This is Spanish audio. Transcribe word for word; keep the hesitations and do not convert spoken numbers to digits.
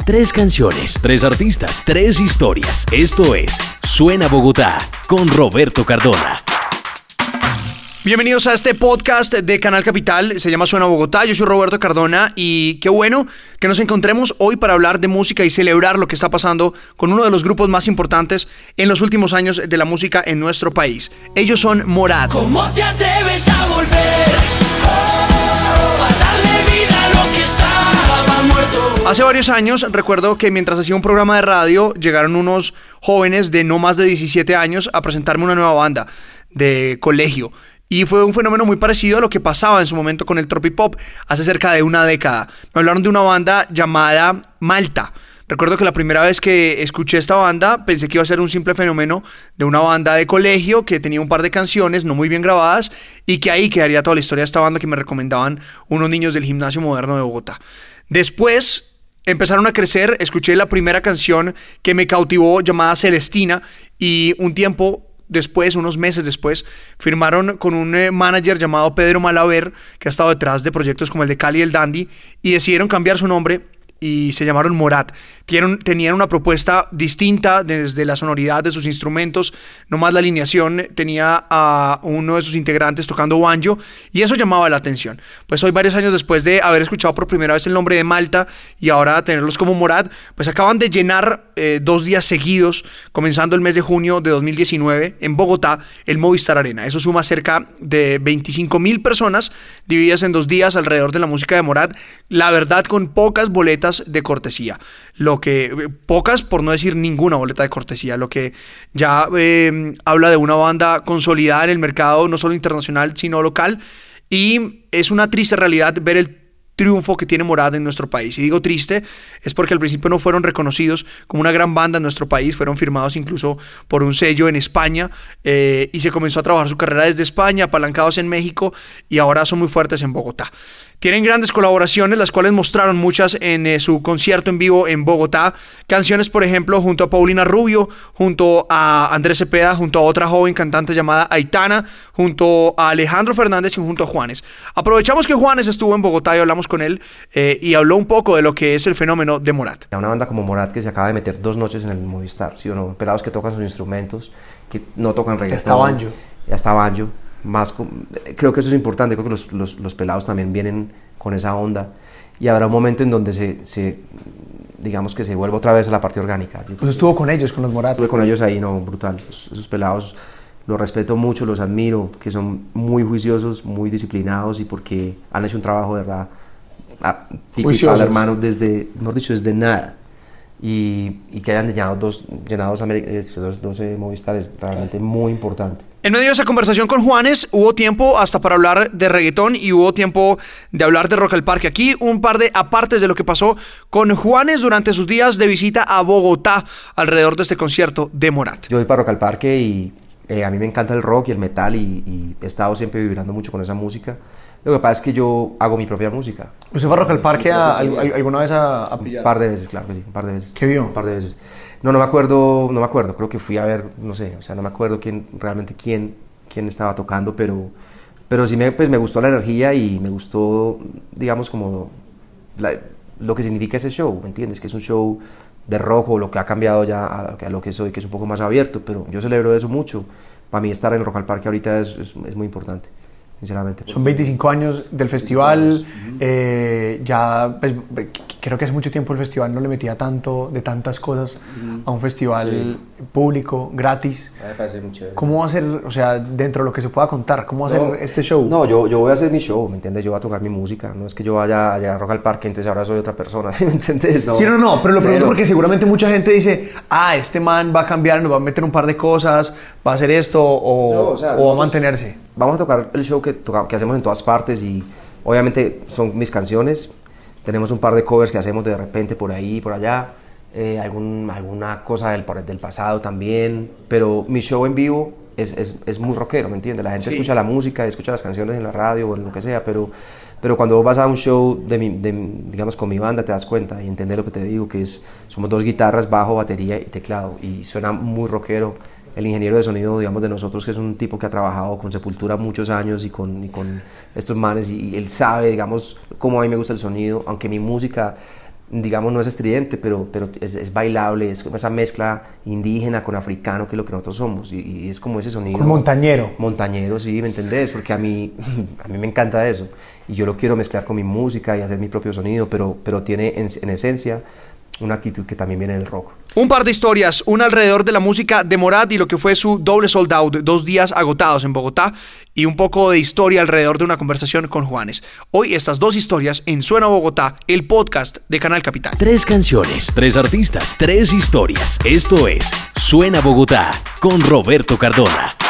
Tres canciones, tres artistas, tres historias. Esto es Suena Bogotá con Roberto Cardona. Bienvenidos a este podcast de Canal Capital, se llama Suena Bogotá, yo soy Roberto Cardona y qué bueno que nos encontremos hoy para hablar de música y celebrar lo que está pasando con uno de los grupos más importantes en los últimos años de la música en nuestro país. Ellos son Morat. ¿Cómo te atreves a volver? Oh, a darle vida a lo que estaba muerto. Hace varios años recuerdo que mientras hacía un programa de radio llegaron unos jóvenes de no más de diecisiete años a presentarme una nueva banda de colegio. Y fue un fenómeno muy parecido a lo que pasaba en su momento con el tropipop hace cerca de una década. Me hablaron de una banda llamada Malta. Recuerdo que la primera vez que escuché esta banda pensé que iba a ser un simple fenómeno de una banda de colegio que tenía un par de canciones no muy bien grabadas y que ahí quedaría toda la historia de esta banda que me recomendaban unos niños del Gimnasio Moderno de Bogotá. Después empezaron a crecer, escuché la primera canción que me cautivó llamada Celestina y un tiempo después, unos meses después, firmaron con un eh, manager llamado Pedro Malaver, que ha estado detrás de proyectos como el de Cali y el Dandy, y decidieron cambiar su nombre y se llamaron Morat. Tienen, tenían una propuesta distinta desde la sonoridad de sus instrumentos, nomás la alineación tenía a uno de sus integrantes tocando banjo y eso llamaba la atención. Pues hoy, varios años después de haber escuchado por primera vez el nombre de Malta y ahora tenerlos como Morat, pues acaban de llenar eh, dos días seguidos, comenzando el mes de junio de dos mil diecinueve en Bogotá, el Movistar Arena. Eso suma cerca de veinticinco mil personas divididas en dos días alrededor de la música de Morat, la verdad con pocas boletas de cortesía, lo que pocas por no decir ninguna boleta de cortesía, lo que ya eh, habla de una banda consolidada en el mercado no solo internacional sino local, y es una triste realidad ver el triunfo que tiene Morat en nuestro país. Y digo triste es porque al principio no fueron reconocidos como una gran banda en nuestro país, fueron firmados incluso por un sello en España eh, y se comenzó a trabajar su carrera desde España, apalancados en México, y ahora son muy fuertes en Bogotá. Tienen grandes colaboraciones, las cuales mostraron muchas en eh, su concierto en vivo en Bogotá. Canciones, por ejemplo, junto a Paulina Rubio, junto a Andrés Cepeda, junto a otra joven cantante llamada Aitana, junto a Alejandro Fernández y junto a Juanes. Aprovechamos que Juanes estuvo en Bogotá y hablamos con él eh, y habló un poco de lo que es el fenómeno de Morat. Una banda como Morat que se acaba de meter dos noches en el Movistar, ¿sí o no? Pelados que tocan sus instrumentos, que no tocan reggaetón. Ya está banjo. Ya está banjo. Más con, creo que eso es importante, creo que los, los, los pelados también vienen con esa onda y habrá un momento en donde se, se digamos que se vuelva otra vez a la parte orgánica. Pues estuvo con ellos, con los Morat. Estuve con ellos ahí, no, brutal. Esos, esos pelados los respeto mucho, los admiro, que son muy juiciosos, muy disciplinados y porque han hecho un trabajo de verdad a pico y pala, hermano, desde, mejor dicho, desde nada. Y, y que hayan llenado dos, llenado dos, dos, doce Movistares, realmente muy importante. En medio de esa conversación con Juanes hubo tiempo hasta para hablar de reggaetón y hubo tiempo de hablar de Rock al Parque. Aquí un par de apartes de lo que pasó con Juanes durante sus días de visita a Bogotá alrededor de este concierto de Morat. Yo voy para Rock al Parque y eh, a mí me encanta el rock y el metal y, y he estado siempre vibrando mucho con esa música. Lo que pasa es que yo hago mi propia música. ¿Usted fue a Rock al Parque a, a, alguna vez a, a pillar? Un par de veces, claro que sí, un par de veces. ¿Qué vio? Un par de veces. No, no me acuerdo, no me acuerdo, creo que fui a ver, no sé, o sea, no me acuerdo quién, realmente quién, quién estaba tocando, pero, pero sí me, pues me gustó la energía y me gustó, digamos, como la, lo que significa ese show, ¿me entiendes? Que es un show de rock o lo que ha cambiado ya a, a lo que soy, que es un poco más abierto, pero yo celebro eso mucho. Para mí estar en Rock al Parque ahorita es, es, es muy importante. Sinceramente. Son veinticinco años del festival, eh, ya pues, creo que hace mucho tiempo el festival no le metía tanto de tantas cosas uh-huh. a un festival sí. público, gratis. Me parece muy chévere. ¿Cómo va a ser, o sea, dentro de lo que se pueda contar, cómo va a no, ser este show? No, yo, yo voy a hacer mi show, ¿me entiendes? Yo voy a tocar mi música, no es que yo vaya allá a Rock al Parque, entonces ahora soy otra persona, ¿sí me entiendes? No. Sí, no, no, pero lo Cero. pregunto porque seguramente mucha gente dice, ah, este man va a cambiar, nos va a meter un par de cosas, va a hacer esto o, no, o, sea, o va a mantenerse. Vamos a tocar el show que, toca, que hacemos en todas partes y obviamente son mis canciones. Tenemos un par de covers que hacemos de repente por ahí, por allá, eh, algún, alguna cosa del, del pasado también, pero mi show en vivo es, es, es muy rockero, ¿me entiendes? La gente sí. escucha la música, escucha las canciones en la radio o en lo que sea, pero, pero cuando vas a un show, de mi, de, digamos, con mi banda te das cuenta y entiendes lo que te digo, que es, somos dos guitarras, bajo, batería y teclado, y suena muy rockero. El ingeniero de sonido, digamos, de nosotros, que es un tipo que ha trabajado con Sepultura muchos años y con, y con estos manes, y, y él sabe, digamos, cómo a mí me gusta el sonido, aunque mi música digamos, no es estridente, pero, pero es, es bailable, es como esa mezcla indígena con africano, que es lo que nosotros somos, y, y es como ese sonido. Con montañero. Montañero, sí, ¿me entendés? Porque a mí, a mí me encanta eso, y yo lo quiero mezclar con mi música y hacer mi propio sonido, pero, pero tiene en, en esencia una actitud que también viene del rock. Un par de historias, una alrededor de la música de Morat y lo que fue su doble sold out, dos días agotados en Bogotá, y un poco de historia alrededor de una conversación con Juanes. Hoy estas dos historias en Suena Bogotá, el podcast de Canal Capital. Tres canciones, tres artistas, tres historias. Esto es Suena Bogotá con Roberto Cardona.